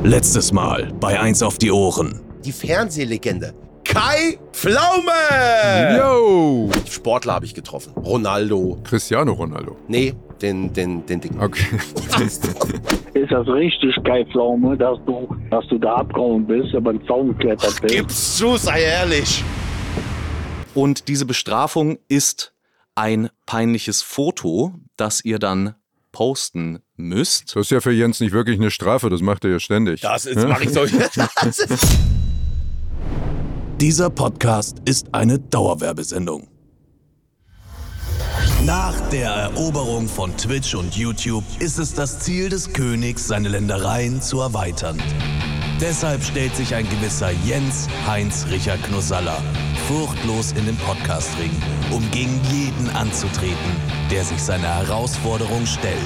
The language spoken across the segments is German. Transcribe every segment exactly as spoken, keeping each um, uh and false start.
Letztes Mal bei eins auf die Ohren. Die Fernsehlegende Kai Pflaume! Yo! Sportler habe ich getroffen. Ronaldo. Cristiano Ronaldo. Nee, den, den, den Dicken. Okay. Ist das richtig, Kai Pflaume, dass du, dass du da abgehauen bist, aber ein Zaun geklettert bist? Gib's zu, sei ehrlich. Und diese Bestrafung ist ein peinliches Foto, das ihr dann posten müsst. Das ist ja für Jens nicht wirklich eine Strafe, das macht er ja ständig. Das ist, mach ich so. Das ist Dieser Podcast ist eine Dauerwerbesendung. Nach der Eroberung von Twitch und YouTube ist es das Ziel des Königs, seine Ländereien zu erweitern. Deshalb stellt sich ein gewisser Jens Heinz Richard Knossalla furchtlos in den Podcastring, um gegen jeden anzutreten, der sich seiner Herausforderung stellt.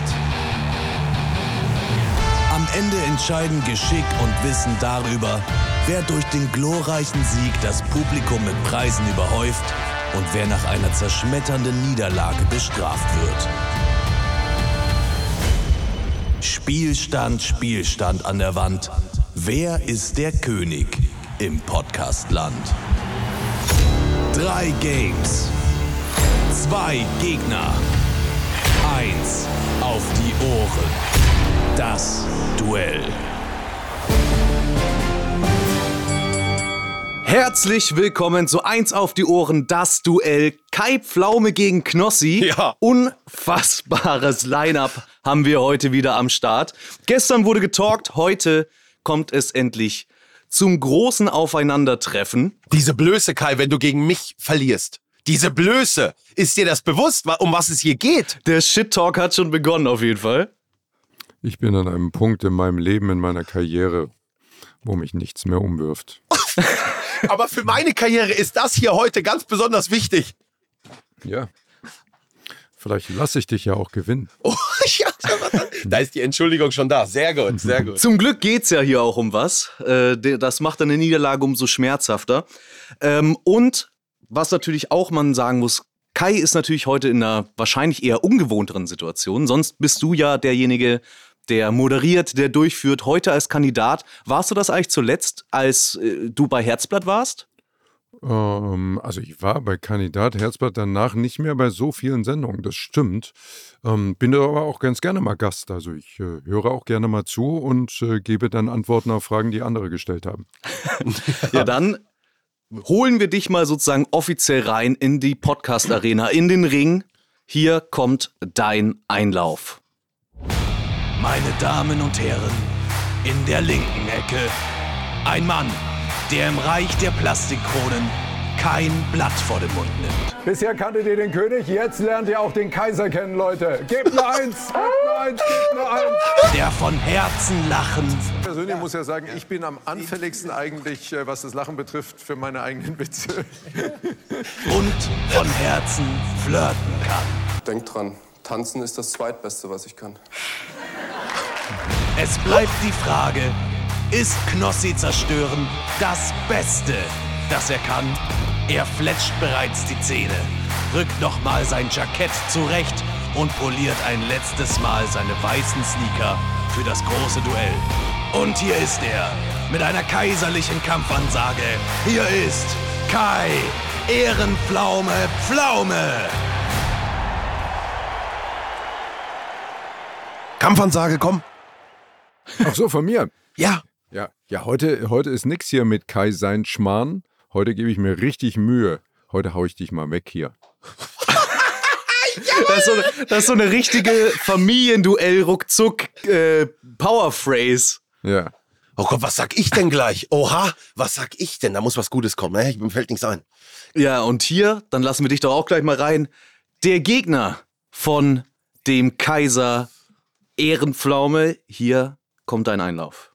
Am Ende entscheiden Geschick und Wissen darüber, wer durch den glorreichen Sieg das Publikum mit Preisen überhäuft und wer nach einer zerschmetternden Niederlage bestraft wird. Spielstand, Spielstand an der Wand. Wer ist der König im Podcastland? Drei Games, zwei Gegner, eins auf die Ohren. Das Duell. Herzlich willkommen zu eins auf die Ohren, das Duell. Kai Pflaume gegen Knossi. Ja. Unfassbares Line-Up haben wir heute wieder am Start. Gestern wurde getalkt, heute kommt es endlich zum großen Aufeinandertreffen. diese Blöße, Kai, wenn du gegen mich verlierst. Diese Blöße. Ist dir das bewusst, um was es hier geht? Der Shit-Talk hat schon begonnen auf jeden Fall. Ich bin an einem Punkt in meinem Leben, in meiner Karriere, wo mich nichts mehr umwirft. Aber für meine Karriere ist das hier heute ganz besonders wichtig. Ja. Vielleicht lasse ich dich ja auch gewinnen. Oh, ja, da ist die Entschuldigung schon da. Sehr gut, sehr gut. Zum Glück geht's ja hier auch um was. Äh, das macht eine Niederlage umso schmerzhafter. Ähm, und was natürlich auch man sagen muss, Kai ist natürlich heute in einer wahrscheinlich eher ungewohnteren Situation. Sonst bist du ja derjenige, der moderiert, der durchführt. Heute als Kandidat. Warst du das eigentlich zuletzt, als äh, du bei Herzblatt warst? Ähm, also ich war bei Kandidat Herzblatt danach nicht mehr bei so vielen Sendungen, das stimmt. Ähm, bin aber auch ganz gerne mal Gast. Also ich äh, höre auch gerne mal zu und äh, gebe dann Antworten auf Fragen, die andere gestellt haben. Ja, dann holen wir dich mal sozusagen offiziell rein in die Podcast-Arena, in den Ring. Hier kommt dein Einlauf. Meine Damen und Herren, in der linken Ecke ein Mann, der im Reich der Plastikkronen kein Blatt vor den Mund nimmt. Bisher kanntet ihr den König, jetzt lernt ihr auch den Kaiser kennen, Leute. Gebt eine Eins, gebt eine Eins, gebt eine Eins. Der von Herzen lachend Ich persönlich muss ja sagen, ich bin am anfälligsten eigentlich, äh, was das Lachen betrifft, für meine eigenen Witze. und von Herzen flirten kann. Denkt dran, tanzen ist das Zweitbeste, was ich kann. Es bleibt die Frage, ist Knossi zerstören das Beste, das er kann? Er fletscht bereits die Zähne, rückt nochmal sein Jackett zurecht und poliert ein letztes Mal seine weißen Sneaker für das große Duell. Und hier ist er, mit einer kaiserlichen Kampfansage. Hier ist Kai Ehrenpflaume Pflaume. Kampfansage, komm. Ach so, von mir? Ja. Ja, ja heute, heute ist nix hier mit Kai sein Schmarrn. Heute gebe ich mir richtig Mühe. Heute hau ich dich mal weg hier. Das ist, so eine, das ist so eine richtige Familienduell-Ruckzuck-Powerphrase. Ja. Oh Gott, was sag ich denn gleich? Oha, was sag ich denn? Da muss was Gutes kommen. Ne? Mir fällt nichts ein. Ja, und hier, dann lassen wir dich doch auch gleich mal rein, der Gegner von dem Kaiser Ehrenpflaume. Hier kommt dein Einlauf.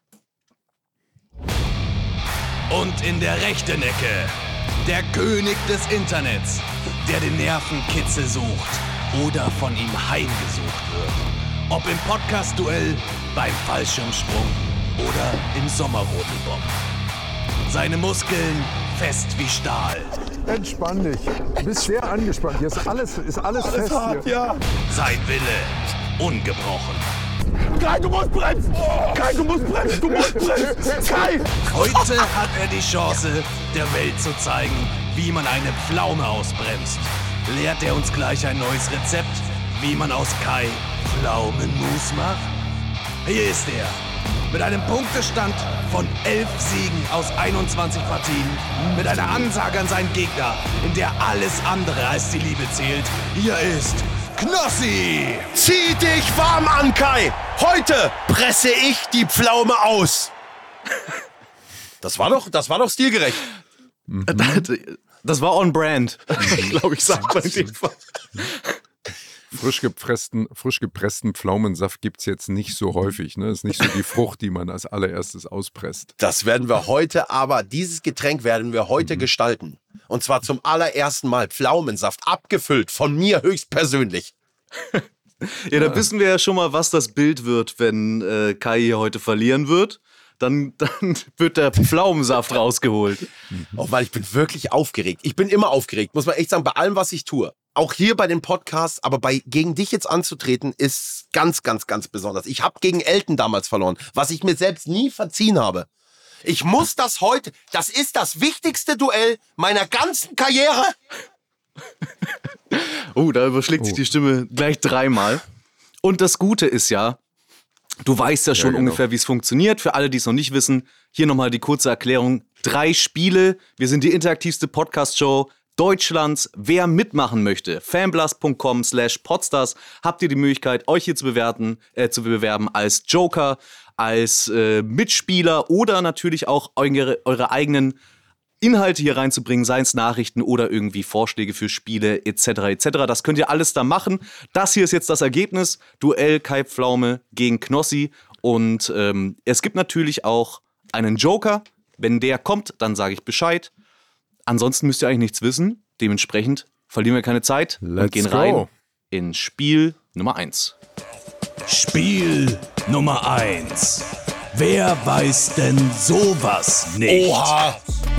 Und in der rechten Ecke, der König des Internets, der den Nervenkitzel sucht oder von ihm heimgesucht wird. Ob im Podcast-Duell, beim Fallschirmsprung oder im Sommerrodelbob. Seine Muskeln fest wie Stahl. Entspann dich. Du bist sehr angespannt. Hier ist alles, ist alles, alles fest hart, hier. Ja. Sein Wille ungebrochen. Kai, du musst bremsen! Kai, Kai, du musst bremsen, du musst bremsen. Kai! Heute hat er die Chance, der Welt zu zeigen, wie man eine Pflaume ausbremst. Lehrt er uns gleich ein neues Rezept, wie man aus Kai Pflaumenmus macht? Hier ist er, mit einem Punktestand von elf Siegen aus einundzwanzig Partien, mit einer Ansage an seinen Gegner, in der alles andere als die Liebe zählt. Hier ist Knossi! Zieh dich warm an, Kai! Heute presse ich die Pflaume aus! Das war doch, das war doch stilgerecht. Das war on brand, glaube ich, sagt man dem Fall. Frisch gepressten, frisch gepressten Pflaumensaft gibt es jetzt nicht so häufig. Ne? Ist nicht so die Frucht, die man als allererstes auspresst. Das werden wir heute aber, dieses Getränk werden wir heute mhm. gestalten. Und zwar zum allerersten Mal Pflaumensaft, abgefüllt von mir höchstpersönlich. Ja, da wissen wir ja schon mal, was das Bild wird, wenn äh, Kai hier heute verlieren wird. Dann, dann wird der Pflaumensaft rausgeholt. Auch weil ich bin wirklich aufgeregt. Ich bin immer aufgeregt, muss man echt sagen, bei allem, was ich tue. Auch hier bei den Podcasts, aber bei gegen dich jetzt anzutreten, ist ganz, ganz, ganz besonders. Ich habe gegen Elton damals verloren, was ich mir selbst nie verziehen habe. Ich muss das heute, das ist das wichtigste Duell meiner ganzen Karriere. Oh, da überschlägt oh. sich die Stimme gleich dreimal. Und das Gute ist ja, du weißt ja schon ja, genau. ungefähr, wie es funktioniert. Für alle, die es noch nicht wissen, hier nochmal die kurze Erklärung. Drei Spiele, wir sind die interaktivste Podcast-Show Deutschlands. Wer mitmachen möchte, fanblast.com slash podstars, habt ihr die Möglichkeit, euch hier zu bewerten, äh, zu bewerben als Joker, als äh, Mitspieler oder natürlich auch eure, eure eigenen Inhalte hier reinzubringen, seien es Nachrichten oder irgendwie Vorschläge für Spiele et cetera et cetera. Das könnt ihr alles da machen. Das hier ist jetzt das Ergebnis. Duell Kai Pflaume gegen Knossi. Und ähm, es gibt natürlich auch einen Joker. Wenn der kommt, dann sage ich Bescheid. Ansonsten müsst ihr eigentlich nichts wissen. Dementsprechend verlieren wir keine Zeit Let's und gehen go. rein in Spiel Nummer eins. Spiel Nummer eins. Wer weiß denn sowas nicht? Oha!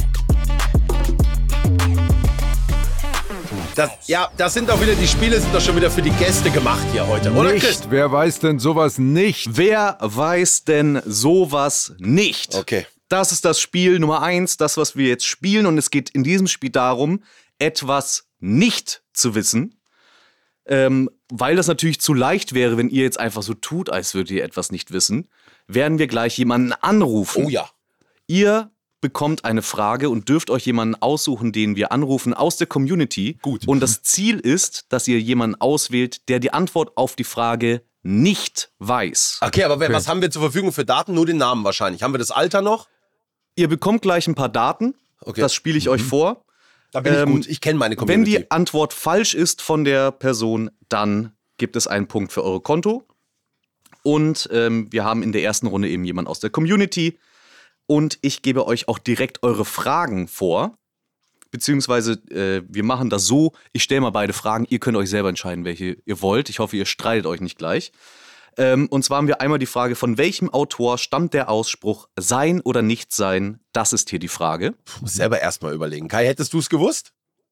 Das, ja, das sind doch wieder, die Spiele sind doch schon wieder für die Gäste gemacht hier heute, oder Nicht. Chris? Wer weiß denn sowas nicht? Wer weiß denn sowas nicht? Okay. Das ist das Spiel Nummer eins, das, was wir jetzt spielen. Und es geht in diesem Spiel darum, etwas nicht zu wissen. Ähm, weil das natürlich zu leicht wäre, wenn ihr jetzt einfach so tut, als würdet ihr etwas nicht wissen, werden wir gleich jemanden anrufen. Oh ja. Ihr bekommt eine Frage und dürft euch jemanden aussuchen, den wir anrufen aus der Community. Gut. Und das Ziel ist, dass ihr jemanden auswählt, der die Antwort auf die Frage nicht weiß. Okay, aber wer, Okay. was haben wir zur Verfügung für Daten? Nur den Namen wahrscheinlich. Haben wir das Alter noch? Ihr bekommt gleich ein paar Daten. Okay. Das spiele ich euch vor. Da bin ich Ähm, gut. Ich kenne meine Wenn Community. die Antwort falsch ist von der Person, dann gibt es einen Punkt für eure Konto. Und ähm, wir haben in der ersten Runde eben jemanden aus der Community. Und ich gebe euch auch direkt eure Fragen vor. Beziehungsweise äh, wir machen das so, ich stelle mal beide Fragen. Ihr könnt euch selber entscheiden, welche ihr wollt. Ich hoffe, ihr streitet euch nicht gleich. Ähm, und zwar haben wir einmal die Frage, von welchem Autor stammt der Ausspruch sein oder nicht sein? Das ist hier die Frage. Ich muss selber erstmal überlegen. Kai, hättest du es gewusst?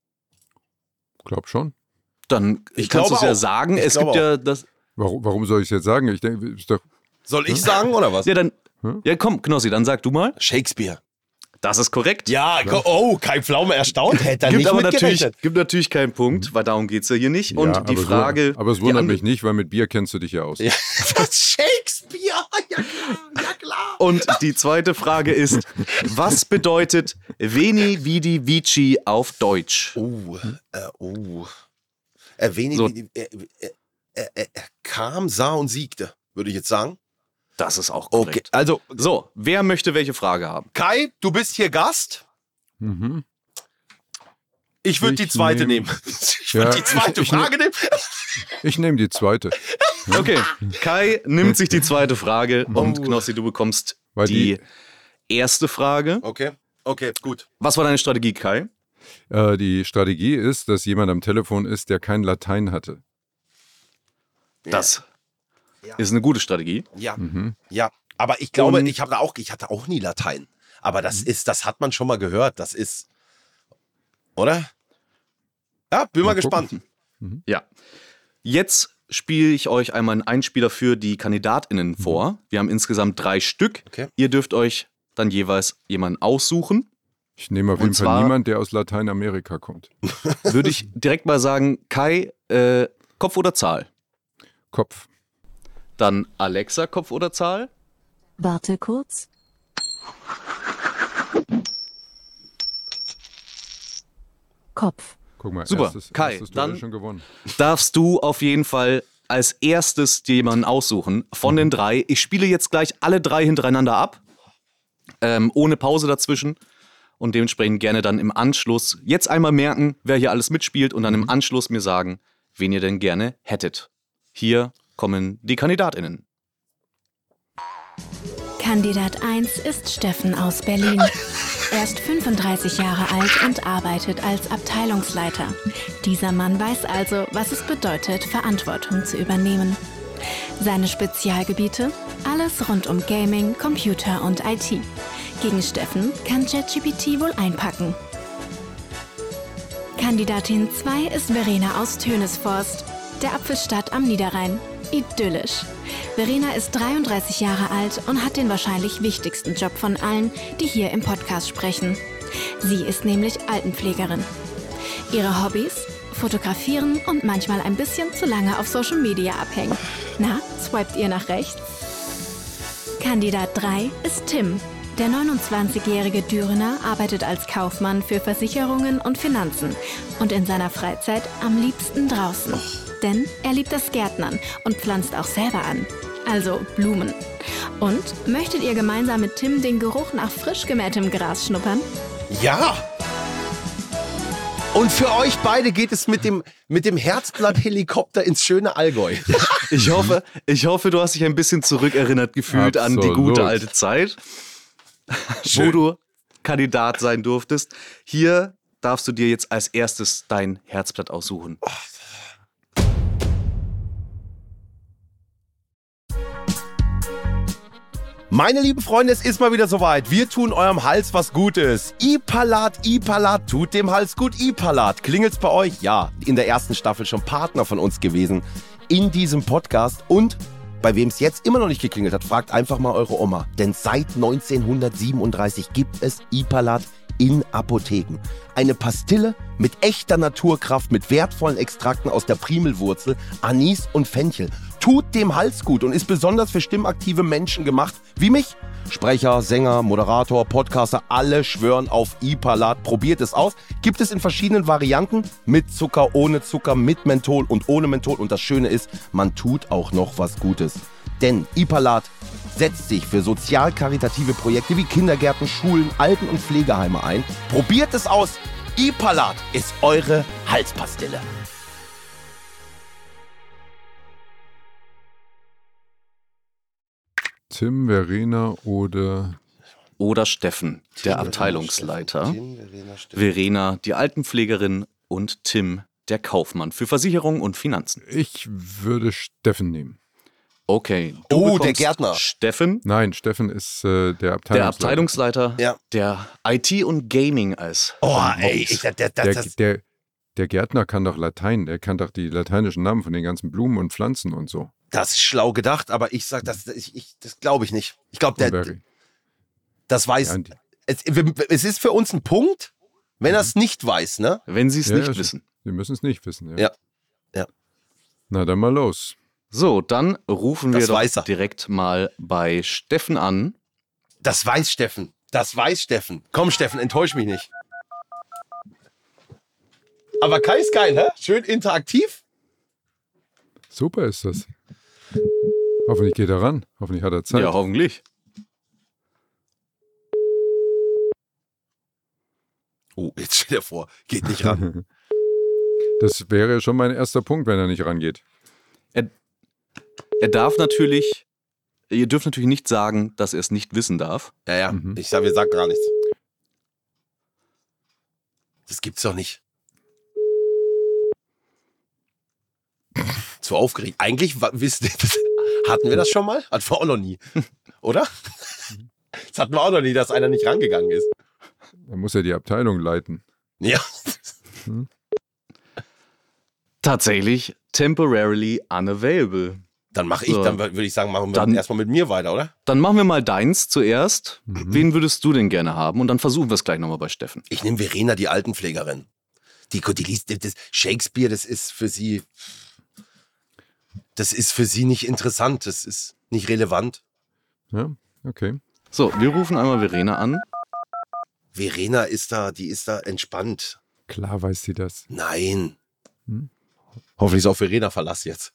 Glaub schon. Dann Ich kannst du glaube es ja auch. sagen. Ich es gibt glaube ja das. Warum, warum soll ich es jetzt sagen? Ich denke, ist doch. Soll ich sagen oder was? Ja, dann. Hm? Ja, komm, Knossi, dann sag du mal. Shakespeare. Das ist korrekt. Ja, ko- oh, Kai Pflaume erstaunt. Hätte er Gibt nicht aber natürlich, mitgerechnet. gibt natürlich keinen Punkt, weil darum geht es ja hier nicht. Und Ja, die aber Frage. So, aber es die wundert andere- mich nicht, weil mit Bier kennst du dich ja aus. Ja, Shakespeare, ja klar, ja klar. Und die zweite Frage ist: Was bedeutet Veni Vidi Vici auf Deutsch? Oh, äh, oh. Er wenig, So. er, er, er, er kam, sah und siegte, würde ich jetzt sagen. Das ist auch Okay, korrekt. also So, wer möchte welche Frage haben? Kai, du bist hier Gast. Mhm. Ich würde die Ich zweite nehm- nehmen. Ich würde Ja, die zweite ich- ich Frage nehmen. Ich nehme die zweite. Okay, Kai nimmt sich die zweite Frage und Oh. Knossi, du bekommst Weil die die- erste Frage. Okay, okay, gut. Was war deine Strategie, Kai? Äh, die Strategie ist, dass jemand am Telefon ist, der kein Latein hatte. Das Ja. ist eine gute Strategie. Ja, Mhm. ja. Aber ich glaube, Und- ich habe auch, ich hatte auch nie Latein. Aber das ist, das hat man schon mal gehört. Das ist, oder? Ja, bin mal, Mal gucken. gespannt. Ja. Jetzt spiele ich euch einmal einen Einspieler für die KandidatInnen vor. Wir haben insgesamt drei Stück. Okay. Ihr dürft euch dann jeweils jemanden aussuchen. Ich nehme auf Und jeden Fall zwar- niemanden, der aus Lateinamerika kommt. Würde ich direkt mal sagen, Kai, äh, Kopf oder Zahl? Kopf. Dann Alexa, Kopf oder Zahl? Warte kurz. Kopf. Guck mal, Super. erstes, Kai, erstes Duell dann- schon gewonnen. Darfst du auf jeden Fall als erstes dir jemanden aussuchen von den drei. Ich spiele jetzt gleich alle drei hintereinander ab, ähm, ohne Pause dazwischen und dementsprechend gerne dann im Anschluss jetzt einmal merken, wer hier alles mitspielt und dann im Anschluss mir sagen, wen ihr denn gerne hättet. Hier kommen die KandidatInnen. Kandidat eins ist Steffen aus Berlin. Er ist fünfunddreißig Jahre alt und arbeitet als Abteilungsleiter. Dieser Mann weiß also, was es bedeutet, Verantwortung zu übernehmen. Seine Spezialgebiete? Alles rund um Gaming, Computer und I T. Gegen Steffen kann ChatGPT wohl einpacken. Kandidatin zwei ist Verena aus Tönesforst, der Apfelstadt am Niederrhein. Idyllisch. Verena ist dreiunddreißig Jahre alt und hat den wahrscheinlich wichtigsten Job von allen, die hier im Podcast sprechen. Sie ist nämlich Altenpflegerin. Ihre Hobbys? Fotografieren und manchmal ein bisschen zu lange auf Social Media abhängen. Na, swiped ihr nach rechts? Kandidat drei ist Tim. Der neunundzwanzigjährige Dürener arbeitet als Kaufmann für Versicherungen und Finanzen und in seiner Freizeit am liebsten draußen. Denn er liebt das Gärtnern und pflanzt auch selber an. Also Blumen. Und möchtet ihr gemeinsam mit Tim den Geruch nach frisch gemähtem Gras schnuppern? Ja! Und für euch beide geht es mit dem, mit dem Herzblatt-Helikopter ins schöne Allgäu. Ich hoffe, ich hoffe, du hast dich ein bisschen zurückerinnert gefühlt an die Absolut. gute alte Zeit, wo du Kandidat sein durftest. Hier darfst du dir jetzt als erstes dein Herzblatt aussuchen. Meine lieben Freunde, es ist mal wieder soweit. Wir tun eurem Hals was Gutes. Ipalat, Ipalat, tut dem Hals gut. Ipalat, klingelt's bei euch? Ja, in der ersten Staffel schon Partner von uns gewesen in diesem Podcast. Und bei wem es jetzt immer noch nicht geklingelt hat, fragt einfach mal eure Oma. Denn seit neunzehnhundertsiebenunddreißig gibt es Ipalat in Apotheken. Eine Pastille mit echter Naturkraft, mit wertvollen Extrakten aus der Primelwurzel, Anis und Fenchel. Tut dem Hals gut und ist besonders für stimmaktive Menschen gemacht, wie mich. Sprecher, Sänger, Moderator, Podcaster, alle schwören auf Ipalat. Probiert es aus. Gibt es in verschiedenen Varianten. Mit Zucker, ohne Zucker, mit Menthol und ohne Menthol. Und das Schöne ist, man tut auch noch was Gutes. Denn Ipalat setzt sich für sozial-karitative Projekte wie Kindergärten, Schulen, Alten- und Pflegeheime ein. Probiert es aus. Ipalat ist eure Halspastille. Tim, Verena oder Oder Steffen, der Abteilungsleiter. Tim, Verena, Steffen. Verena, die Altenpflegerin und Tim, der Kaufmann für Versicherungen und Finanzen. ich würde Steffen nehmen. Okay. Oh, der bekommst Gärtner. Steffen, Nein, Steffen ist äh, der Abteilungsleiter. der Abteilungsleiter, Ja. der I T und Gaming als Oh, Hobby. ey, ich, das, das, Der, das, der, der Gärtner kann doch Latein, der kann doch die lateinischen Namen von den ganzen Blumen und Pflanzen und so. das ist schlau gedacht, aber ich sag, das, ich, ich, das glaube ich nicht. Ich glaube, der, Barry. das weiß. Ja, die- Es, es ist für uns ein Punkt, wenn er es nicht weiß, ne? Wenn sie es Ja, nicht ja, wissen. Wir müssen es nicht wissen. Ja. Ja. Ja. Na, dann mal los. So, dann rufen wir Das doch weiß er. direkt mal bei Steffen an. Das weiß Steffen. Das weiß Steffen. Komm, Steffen, enttäusch mich nicht. Aber Kai ist geil, hä? Schön interaktiv. Super ist das. Hoffentlich geht er ran. Hoffentlich hat er Zeit. Ja, hoffentlich. Oh, jetzt stell dir vor, geht nicht ran. Das wäre schon mein erster Punkt, wenn er nicht rangeht. Er darf natürlich, ihr dürft natürlich nicht sagen, dass er es nicht wissen darf. Ja, ja, Mhm. ich sag, wir sagen gar nichts. Das gibt's doch nicht. Zu aufgeregt. Eigentlich wa- wisst ihr, das, hatten wir das schon mal? Hatten wir auch noch nie. Oder? Das hatten wir auch noch nie, dass einer nicht rangegangen ist. Er muss ja die Abteilung leiten. Ja. Tatsächlich temporarily unavailable. Dann mache ich, So. dann würde ich sagen, machen wir Dann- erstmal mit mir weiter, oder? Dann machen wir mal deins zuerst. Wen würdest du denn gerne haben? Und dann versuchen wir es gleich nochmal bei Steffen. Ich nehme Verena, die Altenpflegerin. Die, die liest das Shakespeare, das ist für sie, das ist für sie nicht interessant, das ist nicht relevant. Ja, okay. So, wir rufen einmal Verena an. Verena ist da, die ist da entspannt. Klar weiß sie das. Nein. Hm? Hoffentlich ist auch Verena Verlass jetzt.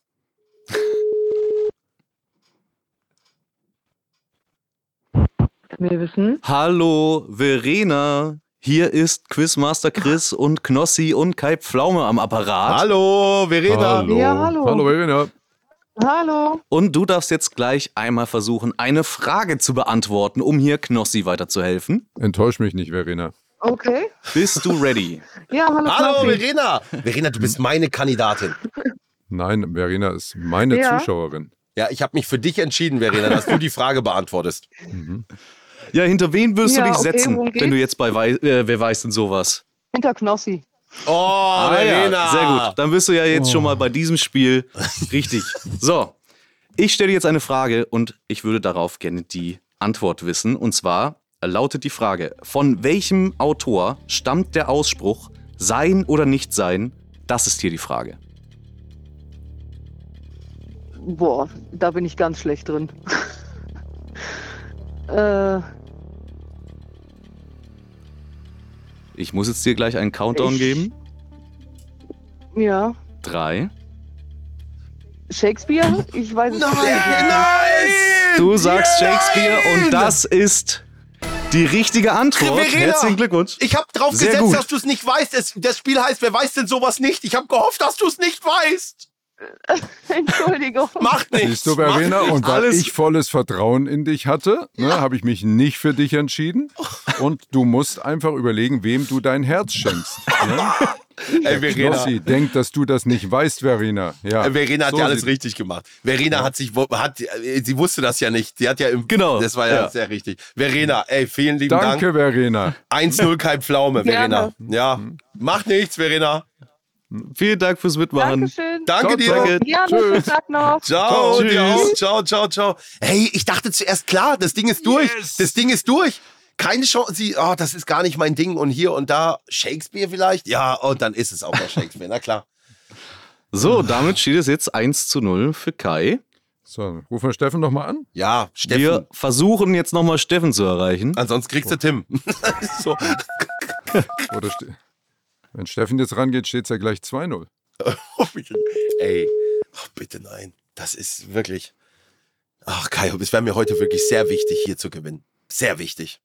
Wir wissen. Hallo, Verena. Hier ist Quizmaster Chris und Knossi und Kai Pflaume am Apparat. Hallo, Verena. Hallo. Ja, hallo. Hallo, Verena. Hallo. Und du darfst jetzt gleich einmal versuchen, eine Frage zu beantworten, um hier Knossi weiterzuhelfen. Enttäusch mich nicht, Verena. Okay. Bist du ready? Ja, hallo. Hallo, Knopfi. Verena. Verena, du bist meine Kandidatin. Nein, Verena ist meine Ja. Zuschauerin. Ja, ich habe mich für dich entschieden, Verena, dass du die Frage beantwortest. Ja, hinter wen wirst Ja, du dich okay, setzen, worum geht's? wenn du jetzt bei Wei äh, Wer weiß denn sowas? Hinter Knossi. Oh, Ah, Verena. ja, sehr gut. Dann bist du ja jetzt schon mal bei diesem Spiel richtig. So, ich stelle dir jetzt eine Frage und ich würde darauf gerne die Antwort wissen. Und zwar lautet die Frage: Von welchem Autor stammt der Ausspruch Sein oder nicht sein? Das ist hier die Frage. Boah, da bin ich ganz schlecht drin. äh, Ich muss jetzt dir gleich einen Countdown Ich- geben. ja. Drei. Shakespeare? Ich weiß es Nein, nicht. nein! Du sagst Nein! Shakespeare und das ist die richtige Antwort. Verena, Herzlichen Glückwunsch. Ich habe drauf Sehr gesetzt, gut. dass du es nicht weißt. Es, das Spiel heißt, wer weiß denn sowas nicht? Ich habe gehofft, dass du es nicht weißt. Entschuldigung. Macht nichts. Siehst du, Verena, macht nichts. und weil Alles- ich volles Vertrauen in dich hatte, ne, habe ich mich nicht für dich entschieden. Und du musst einfach überlegen, wem du dein Herz schenkst. Ne? Ey, Verena, Knossi denkt, dass du das nicht weißt, Verena. Ja, äh, Verena hat so ja alles sieht- richtig gemacht. Verena hat sich, wo- hat, äh, sie wusste das ja nicht. Sie hat ja im, Genau, das war ja, ja. sehr richtig. Verena, ey, vielen lieben Danke, Verena. Dank. eins null kein Pflaume, Verena. Gerne. Ja, macht nichts, Verena. Vielen Dank fürs Mitmachen. Dankeschön. Danke dir. Danke. Ja, schönen Tag noch. Ciao, Tschüss. dir auch. Ciao, ciao, ciao. Hey, ich dachte zuerst, klar, das Ding ist durch. Yes. Das Ding ist durch. Keine Chance, sie, oh, das ist gar nicht mein Ding. Und hier und da Shakespeare vielleicht? Ja, und dann ist es auch noch Shakespeare, na klar. So, damit steht es jetzt eins zu null für Kai. So, rufen wir Steffen nochmal an. Ja, Steffen. Wir versuchen jetzt nochmal Steffen zu erreichen. Ansonsten kriegst du Tim. so. Oder ste Wenn Steffen jetzt rangeht, steht es ja gleich zwei null. Ey, oh, bitte nein. Das ist wirklich. Ach, Kai, es wäre mir heute wirklich sehr wichtig, hier zu gewinnen. Sehr wichtig.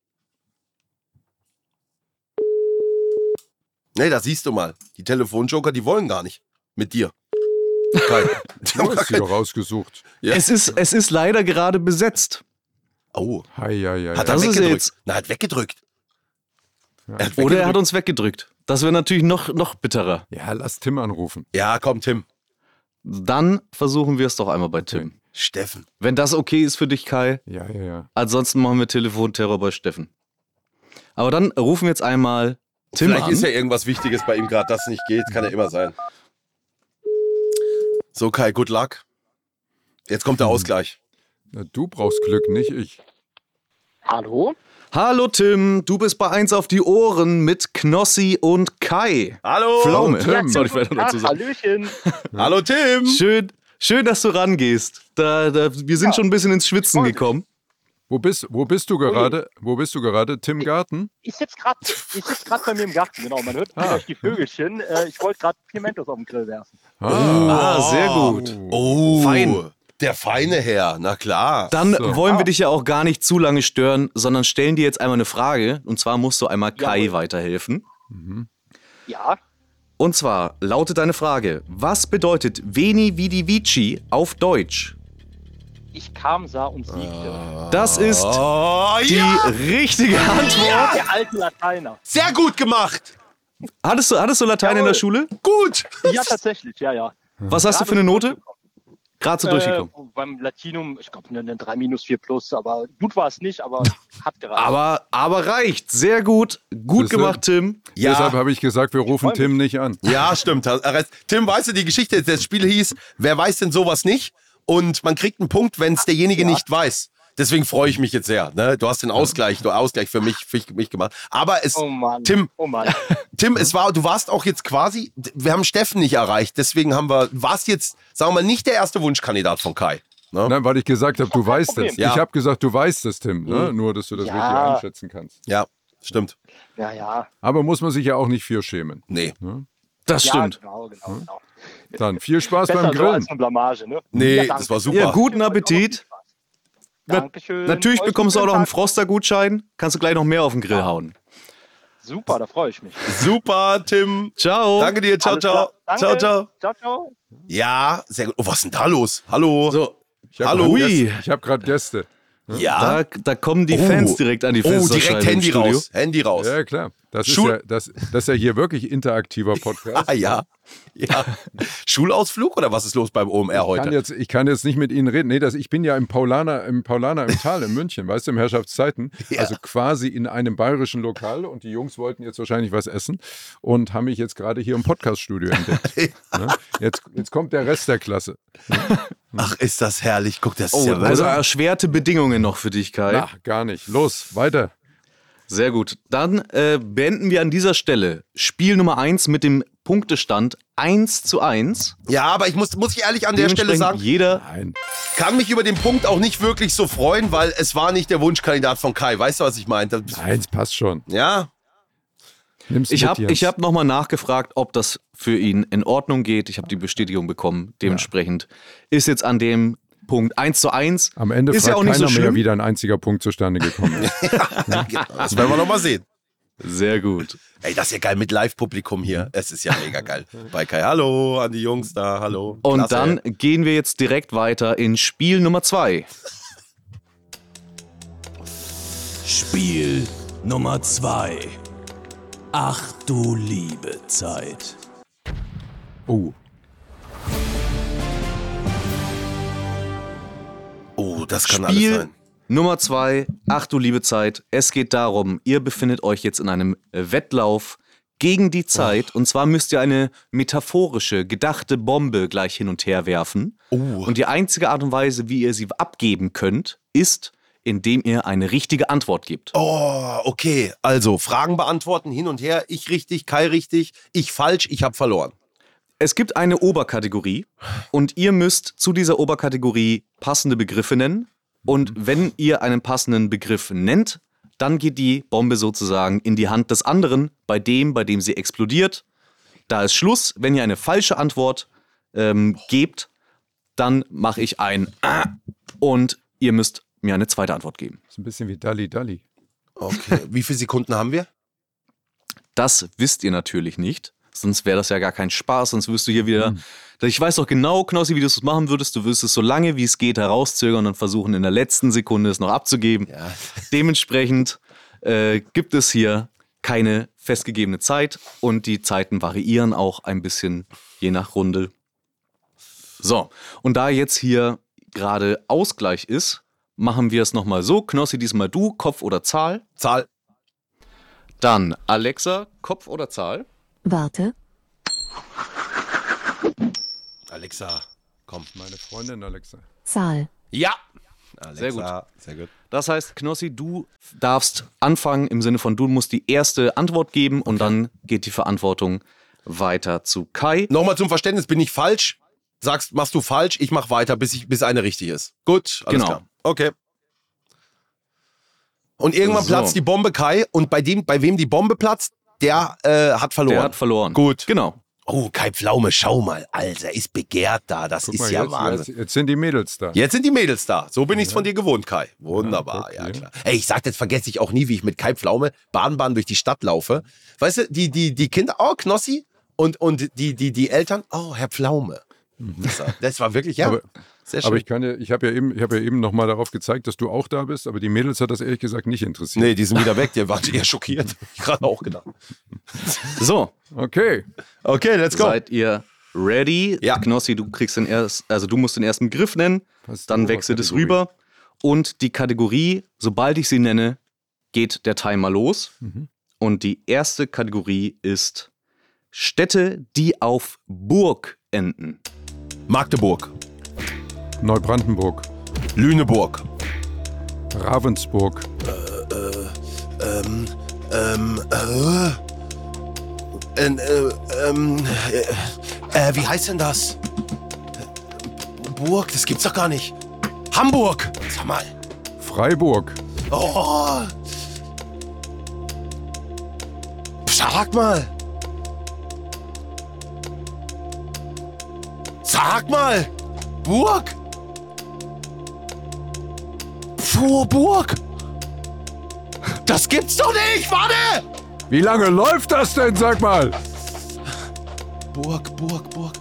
Nee, da siehst du mal. Die Telefonjoker, die wollen gar nicht. Mit dir. Kai. Die haben Du gar hast sie kein- doch rausgesucht. Ja. Es ist, es ist leider gerade besetzt. Oh, Hei, hei, hei. hat Das er ist weggedrückt? jetzt- Na, hat weggedrückt. Er hat Oder er weggedrückt. hat uns weggedrückt. Das wäre natürlich noch, noch bitterer. Ja, lass Tim anrufen. Ja, komm, Tim. Dann versuchen wir es doch einmal bei Tim. Steffen. Wenn das okay ist für dich, Kai. Ja, ja, ja. Ansonsten machen wir Telefonterror bei Steffen. Aber dann rufen wir jetzt einmal Tim Vielleicht an. ist ja irgendwas Wichtiges bei ihm gerade, das nicht geht. Kann ja immer sein. So, Kai, good luck. Jetzt kommt der Ausgleich. Na, du brauchst Glück, nicht ich. Hallo? Hallo Tim, du bist bei eins auf die Ohren mit Knossi und Kai. Hallo. Pflaume. Tim. Soll ich weiter dazu Ach, sagen? Hallöchen. Hallo, Tim. Schön, schön, dass du rangehst. Da, da, wir sind schon ein bisschen ins Schwitzen gekommen. Wo bist, wo bist du gerade? Wo bist du gerade? Tim Garten? Ich sitze gerade sitz grad bei mir im Garten, genau. Man hört Ah. vielleicht die Vögelchen. Äh, ich wollte gerade Pimentos auf den Grill werfen. Ah, sehr gut. Oh, Fein. Der feine Herr, na klar. Dann So. wollen wir dich ja auch gar nicht zu lange stören, sondern stellen dir jetzt einmal eine Frage. Und zwar musst du einmal Kai Jawohl. weiterhelfen. Ja, Und zwar lautet deine Frage: Was bedeutet Veni Vidi Vici auf Deutsch? ich kam, sah und siegte. Das ist Oh, die ja. richtige Antwort. Der alte Lateiner. Sehr gut gemacht. Hattest du, hattest du Latein in der Jawohl. Schule? Gut. Ja, tatsächlich, ja, ja. Was hast du für eine Note? Gerade so durchgekommen. Äh, beim Latinum, ich glaube, eine, eine drei minus vier plus, aber gut war es nicht, aber hat gereicht. Aber, aber reicht. Sehr gut. Gut Siehste? gemacht, Tim. Ja. Deshalb habe ich gesagt, wir rufen Tim nicht an. Ja, stimmt. Tim, weißt du, die Geschichte, das Spiel hieß, wer weiß denn sowas nicht? Und man kriegt einen Punkt, wenn es derjenige Ja. nicht weiß. Deswegen freue ich mich jetzt sehr. Ne? Du hast den Ausgleich, du Ausgleich für mich, für mich gemacht. Aber es, Oh Mann. Tim, Oh Mann. Tim, es war, du warst auch jetzt quasi, wir haben Steffen nicht erreicht, deswegen haben wir, warst jetzt, sagen wir mal, nicht der erste Wunschkandidat von Kai. Ne? Nein, weil ich gesagt habe, du weißt Problem. es. Ja. Ich habe gesagt, du weißt es, Tim. Ne? Mhm. Nur, dass du das Ja. richtig einschätzen kannst. Ja, stimmt. Ja, ja. Aber muss man sich ja auch nicht für schämen. Nee. Das Ja, stimmt. genau, genau, genau. Dann viel Spaß Besser beim so Grillen. als eine Blamage, ne? Nee, Ja, danke. das war super. Ja, guten Appetit. Na- Dankeschön. Natürlich Euch bekommst du auch einen noch einen schönen Froster-Gutschein. Kannst du gleich noch mehr auf den Grill hauen. Tag. Super, da freue ich mich. Super, Tim. Ciao. Danke dir. Ciao, Alles ciao. klar. Danke. Ciao, ciao. Ciao, ciao. Ja, sehr gut. Oh, was ist denn da los? Hallo. So, Ich hab Hallo. grad Ui. Gäste. Ich habe gerade Gäste. Ja. da, da kommen die Oh. Fans direkt an die Oh, Fensterscheibe direkt Handy im Studio. raus. Handy raus. Ja, klar. Das ist, Schul- ja, das, das ist ja hier wirklich interaktiver Podcast. Ah, ja. ja. Schulausflug oder was ist los beim O M R Ich kann, heute? jetzt, ich kann jetzt nicht mit Ihnen reden. Nee, das, ich bin ja im Paulaner, im Paulaner im Tal in München, weißt du, im Herrschaftszeiten. Ja. Also quasi in einem bayerischen Lokal und die Jungs wollten jetzt wahrscheinlich was essen und haben mich jetzt gerade hier im Podcaststudio entdeckt. Ne? Jetzt, jetzt kommt der Rest der Klasse. Ach, ist das herrlich. Guck, das ist Oh, ja also erschwerte Bedingungen noch für dich, Kai. Ach, gar nicht. Los, weiter. Sehr gut. Dann äh, beenden wir an dieser Stelle Spiel Nummer eins mit dem Punktestand eins zu eins. Ja, aber ich muss, muss ich ehrlich an der Stelle sagen, Jeder Nein. kann mich über den Punkt auch nicht wirklich so freuen, weil es war nicht der Wunschkandidat von Kai. Weißt du, was ich meine? Das- Eins passt schon. Ja, Nimm's Ich mit, habe Jens. ich hab nochmal nachgefragt, ob das für ihn in Ordnung geht. Ich habe die Bestätigung bekommen. Dementsprechend ist jetzt an dem Punkt eins zu eins. Am Ende ist fragt ja auch nicht keiner so mehr, schlimm. wie da ein einziger Punkt zustande gekommen ist. genau. Das werden wir noch mal sehen. Sehr gut. Ey, das ist ja geil mit Live-Publikum hier. Es ist ja mega geil. Bei Kai, hallo, an die Jungs da, hallo. Und Klasse. dann gehen wir jetzt direkt weiter in Spiel Nummer zwei. Spiel Nummer zwei. Ach du liebe Zeit. Oh, Oh, das kann alles Spiel sein. Nummer zwei. Ach du liebe Zeit. Es geht darum, ihr befindet euch jetzt in einem Wettlauf gegen die Zeit. Und zwar müsst ihr eine metaphorische, gedachte Bombe gleich hin und her werfen. Oh. Und die einzige Art und Weise, wie ihr sie abgeben könnt, ist, indem ihr eine richtige Antwort gebt. Oh, okay. Also, Fragen beantworten, hin und her. Ich richtig, Kai richtig, ich falsch, ich habe verloren. Es gibt eine Oberkategorie und ihr müsst zu dieser Oberkategorie passende Begriffe nennen. Und wenn ihr einen passenden Begriff nennt, dann geht die Bombe sozusagen in die Hand des anderen, bei dem, bei dem sie explodiert. Da ist Schluss. Wenn ihr eine falsche Antwort ähm, gebt, dann mache ich ein äh, und ihr müsst mir eine zweite Antwort geben. ist ein bisschen wie Dalli Dalli. Okay. Wie viele Sekunden haben wir? Das wisst ihr natürlich nicht. Sonst wäre das ja gar kein Spaß, sonst wirst du hier wieder. Ich weiß doch genau, Knossi, wie du es machen würdest. Du wirst es so lange wie es geht herauszögern und versuchen, in der letzten Sekunde es noch abzugeben. Ja. Dementsprechend äh, gibt es hier keine festgegebene Zeit und die Zeiten variieren auch ein bisschen je nach Runde. So, und da jetzt hier gerade Ausgleich ist, machen wir es nochmal so. Knossi, diesmal du, Kopf oder Zahl. Zahl. Dann Alexa, Kopf oder Zahl. Warte. Alexa, komm. Meine Freundin Alexa. Zahl. Ja. Alexa, Sehr gut. Sehr gut. Das heißt, Knossi, du darfst anfangen im Sinne von, du musst die erste Antwort geben und dann geht die Verantwortung weiter zu Kai. Nochmal zum Verständnis, bin ich falsch? Sagst, machst du falsch, ich mach weiter, bis, ich, bis eine richtig ist. Gut, alles Genau. klar. Okay. Und irgendwann So. platzt die Bombe, Kai, und bei dem, bei wem die Bombe platzt, der äh, hat verloren. Der hat verloren. Gut. Genau. Oh, Kai Pflaume, schau mal, Alter, ist begehrt da, das Guck ist mal, ja jetzt, Wahnsinn. jetzt, jetzt sind die Mädels da. Jetzt sind die Mädels da. So bin ich's von dir gewohnt, Kai. Wunderbar, Ja, ja, okay. klar. Ey, ich sag, das vergesse ich auch nie, wie ich mit Kai Pflaume Bahnbahn durch die Stadt laufe. Weißt du, die, die, die Kinder, oh, Knossi, und, und die, die, die Eltern, oh, Herr Pflaume. Das war, das war wirklich, ja, Aber- sehr schön. Aber ich kann ja, ich habe ja eben, ich habe ja eben noch mal darauf gezeigt, dass du auch da bist, aber die Mädels hat das ehrlich gesagt nicht interessiert. Nee, die sind wieder weg, die waren eher schockiert. Ich gerade auch gedacht. So, Okay. Okay, let's go. seid ihr ready? Ja. Knossi, du kriegst den erst, also du musst den ersten Begriff nennen, Was ist dann die wechselt es Oberkategorie? rüber. Und die Kategorie, sobald ich sie nenne, geht der Timer los. Mhm. Und die erste Kategorie ist Städte, die auf Burg enden. Magdeburg, Neubrandenburg, Lüneburg, Ravensburg, ähm, ähm, äh, äh, äh, ähm, äh, äh, wie heißt denn das? Burg, das gibt's doch gar nicht. Hamburg, sag mal. Freiburg, Oh. Sag mal. Sag mal. Burg. Puh, Burg. Das gibt's doch nicht, warte. Wie lange läuft das denn, sag mal? Burg, Burg, Burg.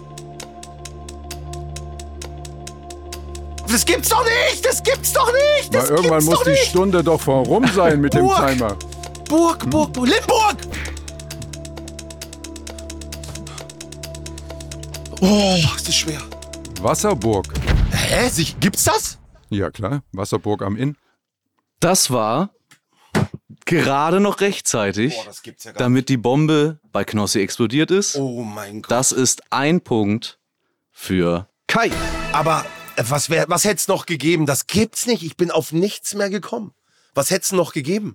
Das gibt's doch nicht! Das gibt's doch nicht! Das Na, irgendwann gibt's muss doch die nicht! Stunde doch vorum sein mit dem Burg. Timer. Burg, Burg, Burg. Limburg! Oh, ist das schwer. Wasserburg. Hä? Sich, gibt's das? Ja klar, Wasserburg am Inn. Das war gerade noch rechtzeitig, Boah, das gibt's ja gar damit die Bombe bei Knossi explodiert ist. Oh mein Gott. Das ist ein Punkt für Kai. Aber äh, was, wär, was hätte es noch gegeben? Das gibt's nicht. Ich bin auf nichts mehr gekommen. Was hätte es noch gegeben?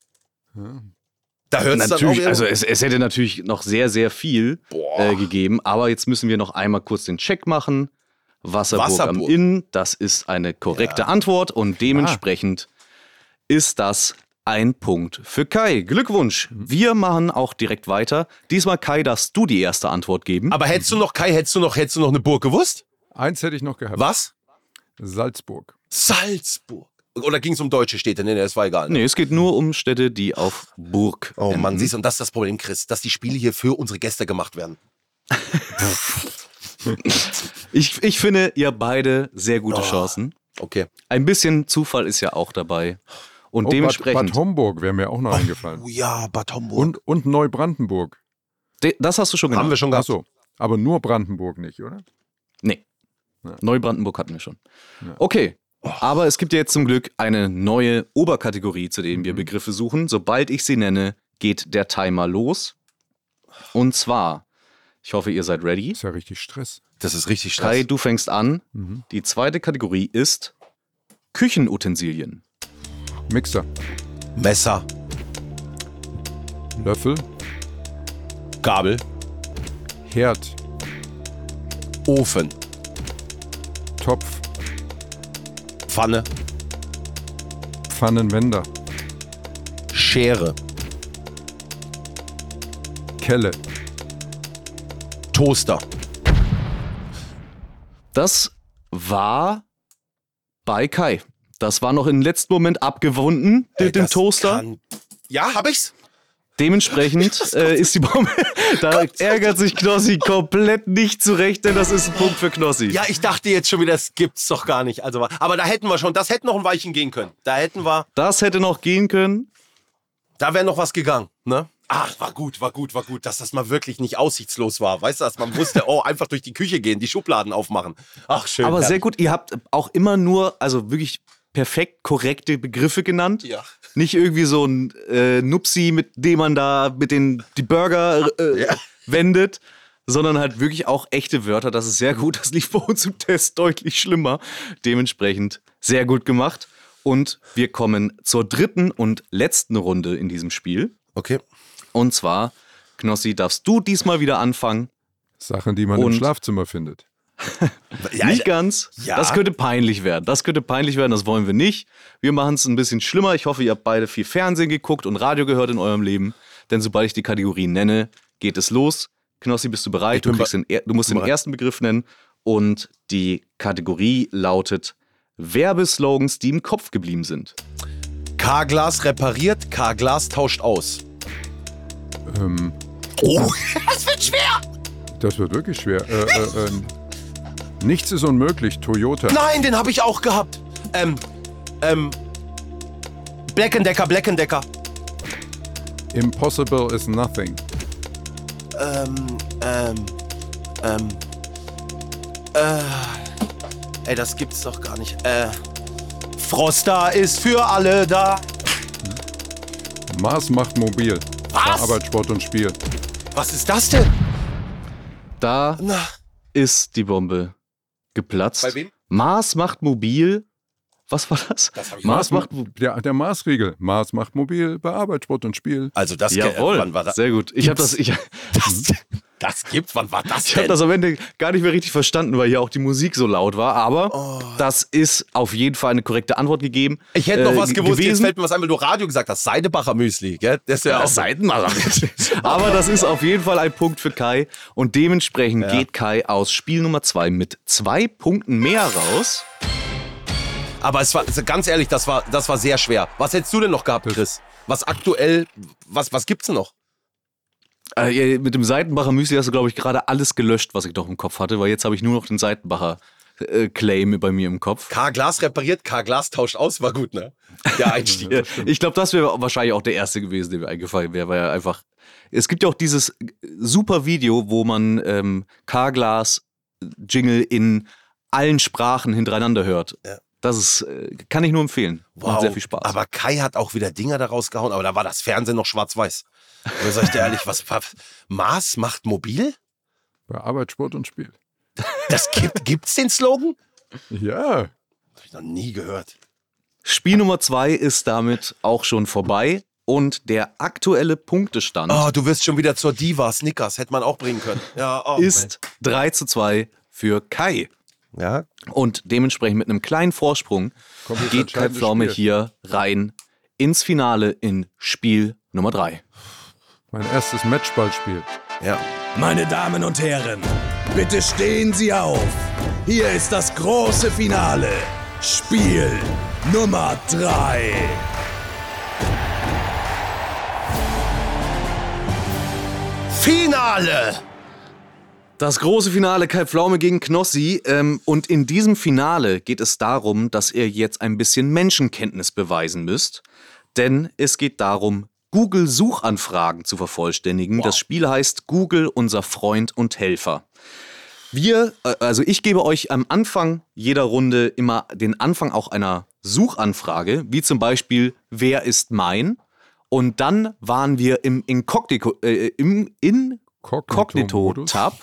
Da hört es dann auch Natürlich, irgendwo- also es, es hätte natürlich noch sehr, sehr viel äh, gegeben, aber jetzt müssen wir noch einmal kurz den Check machen. Wasserburg, Wasserburg. am Inn, das ist eine korrekte Antwort und dementsprechend ist das ein Punkt für Kai. Glückwunsch. Wir machen auch direkt weiter. Diesmal, Kai, darfst du die erste Antwort geben. Aber hättest du noch, Kai, hättest du noch, hättest du noch eine Burg gewusst? Eins hätte ich noch gehabt. Was? Salzburg. Salzburg. Oder ging es um deutsche Städte? Nee, nee, das war egal. Nee, es geht nur um Städte, die auf Burg Oh Mann, enden. siehst du, und das ist das Problem, Chris, dass die Spiele hier für unsere Gäste gemacht werden. Ich, ich finde, ihr beide sehr gute Oh. Chancen. Okay. Ein bisschen Zufall ist ja auch dabei. Und Oh, Bad, dementsprechend, Bad Homburg wäre mir auch noch eingefallen. Oh ja, Bad Homburg. Und, und Neubrandenburg. de, das hast du schon genannt. Haben wir schon gehabt. Achso, aber nur Brandenburg nicht, oder? Nee. Ja. Neubrandenburg hatten wir schon. Ja. Okay. Aber es gibt ja jetzt zum Glück eine neue Oberkategorie, zu denen Mhm. wir Begriffe suchen. Sobald ich sie nenne, geht der Timer los. Und zwar, ich hoffe, ihr seid ready. Ist ja richtig Stress. Das ist richtig Kai, Stress. du fängst an. Mhm. Die zweite Kategorie ist Küchenutensilien. Mixer, Messer, Löffel, Gabel, Herd, Ofen, Topf, Pfanne, Pfannenwender, Schere, Kelle. Toaster. Das war bei Kai. Das war noch im letzten Moment abgewunden, Ey, mit dem das Toaster. kann- Ja, hab ich's? Dementsprechend äh, ist die Bombe. Da ärgert sich Knossi komplett nicht zurecht, denn das ist ein Punkt für Knossi. Ja, ich dachte jetzt schon wieder, das gibt's doch gar nicht. Also, aber da hätten wir schon, das hätte noch ein Weilchen gehen können. Da hätten wir, Das hätte noch gehen können. da wäre noch was gegangen, ne? Ach, war gut, war gut, war gut, dass das mal wirklich nicht aussichtslos war. Weißt du, dass man wusste, oh, einfach durch die Küche gehen, die Schubladen aufmachen. Ach, schön. Aber sehr herrlich. gut, ihr habt auch immer nur, also wirklich perfekt korrekte Begriffe genannt. Ja. Nicht irgendwie so ein äh, Nupsi, mit dem man da mit den die Burger äh, Ja. wendet, sondern halt wirklich auch echte Wörter. Das ist sehr gut. Das lief bei uns im Test deutlich schlimmer. Dementsprechend sehr gut gemacht. Und wir kommen zur dritten und letzten Runde in diesem Spiel. Okay. Und zwar, Knossi, darfst du diesmal wieder anfangen. Sachen, die man Und- im Schlafzimmer findet. Ja, Nicht ganz. ja. Das könnte peinlich werden. Das könnte peinlich werden, das wollen wir nicht. Wir machen es ein bisschen schlimmer. Ich hoffe, ihr habt beide viel Fernsehen geguckt und Radio gehört in eurem Leben. Denn sobald ich die Kategorien nenne, geht es los. Knossi, bist du bereit? Ich bin Du, kriegst den, er- du musst den bereit. ersten Begriff nennen. Und die Kategorie lautet Werbeslogans, die im Kopf geblieben sind. K-Glas repariert, K-Glas tauscht aus. Ähm, Oh, das wird schwer. das wird wirklich schwer. Äh, äh, ähm, nichts ist unmöglich, Toyota. Nein, den habe ich auch gehabt. Ähm, ähm, Black and Decker, Black and Decker. Impossible is nothing. Ähm, ähm, Ähm. Äh. Ey, das gibt's doch gar nicht. Äh. Froster ist für alle da. Mars macht mobil. Was? Arbeit, Sport und Spiel. Was ist das denn? Da Na. ist die Bombe geplatzt. Bei wem? Mars macht mobil. Was war das? Das hab ich Mars macht macht der, der Mars-Riegel. Mars macht mobil bei Arbeit, Sport und Spiel. Also das Jawohl, wann war das? sehr gut. Ich habe das, ich, Das, das gibt, wann war das ich hab denn? das am Ende gar nicht mehr richtig verstanden, weil hier auch die Musik so laut war. Aber Oh. das ist auf jeden Fall eine korrekte Antwort gegeben. Ich hätte noch äh, was gewusst, jetzt gewesen. fällt mir was ein, weil du Radio gesagt hast. Seidebacher Müsli, gell? Das ist ja auch Seitenmacher. Aber das ist auf jeden Fall ein Punkt für Kai. Und dementsprechend Ja. geht Kai aus Spiel Nummer zwei mit zwei Punkten mehr raus. Aber es war, also ganz ehrlich, das war, das war sehr schwer. Was hättest du denn noch gehabt, Chris? Was aktuell, was, was gibt's denn noch? Äh, mit dem Seitenbacher Müsli hast du, glaube ich, gerade alles gelöscht, was ich noch im Kopf hatte, weil jetzt habe ich nur noch den Seitenbacher äh, Claim bei mir im Kopf. K-Glas repariert, K-Glas tauscht aus, war gut, ne? Der Einstieg. Ja, ich glaube, das wäre wahrscheinlich auch der erste gewesen, der mir eingefallen wäre, weil er einfach. Es gibt ja auch dieses super Video, wo man ähm, K-Glas-Jingle in allen Sprachen hintereinander hört. Ja. Das ist, äh, kann ich nur empfehlen. Macht sehr viel Spaß. Aber Kai hat auch wieder Dinger da rausgehauen, aber da war das Fernsehen noch schwarz-weiß. Da sag ich dir ehrlich, was, was Mars macht mobil? Bei Arbeit, Sport und Spiel. Das gibt, gibt's den Slogan? Ja. Hab ich noch nie gehört. Spiel Nummer zwei ist damit auch schon vorbei und der aktuelle Punktestand Oh, du wirst schon wieder zur Diva. Snickers hätte man auch bringen können. Ja, oh, ist drei zu zwei für Kai. Ja. Und dementsprechend mit einem kleinen Vorsprung Kommt das geht Kai entscheidende Pflaume Spiel. hier rein ins Finale in Spiel Nummer drei. Mein erstes Matchballspiel. Ja. Meine Damen und Herren, bitte stehen Sie auf. Hier ist das große Finale. Spiel Nummer drei. Finale! Das große Finale Kai Pflaume gegen Knossi. Ähm, und in diesem Finale geht es darum, dass ihr jetzt ein bisschen Menschenkenntnis beweisen müsst. Denn es geht darum, Google-Suchanfragen zu vervollständigen. Wow. Das Spiel heißt Google, unser Freund und Helfer. Wir, äh, also ich gebe euch am Anfang jeder Runde immer den Anfang auch einer Suchanfrage, wie zum Beispiel, wer ist mein? Und dann waren wir im Inkognito, äh, im Inkognito-Tab.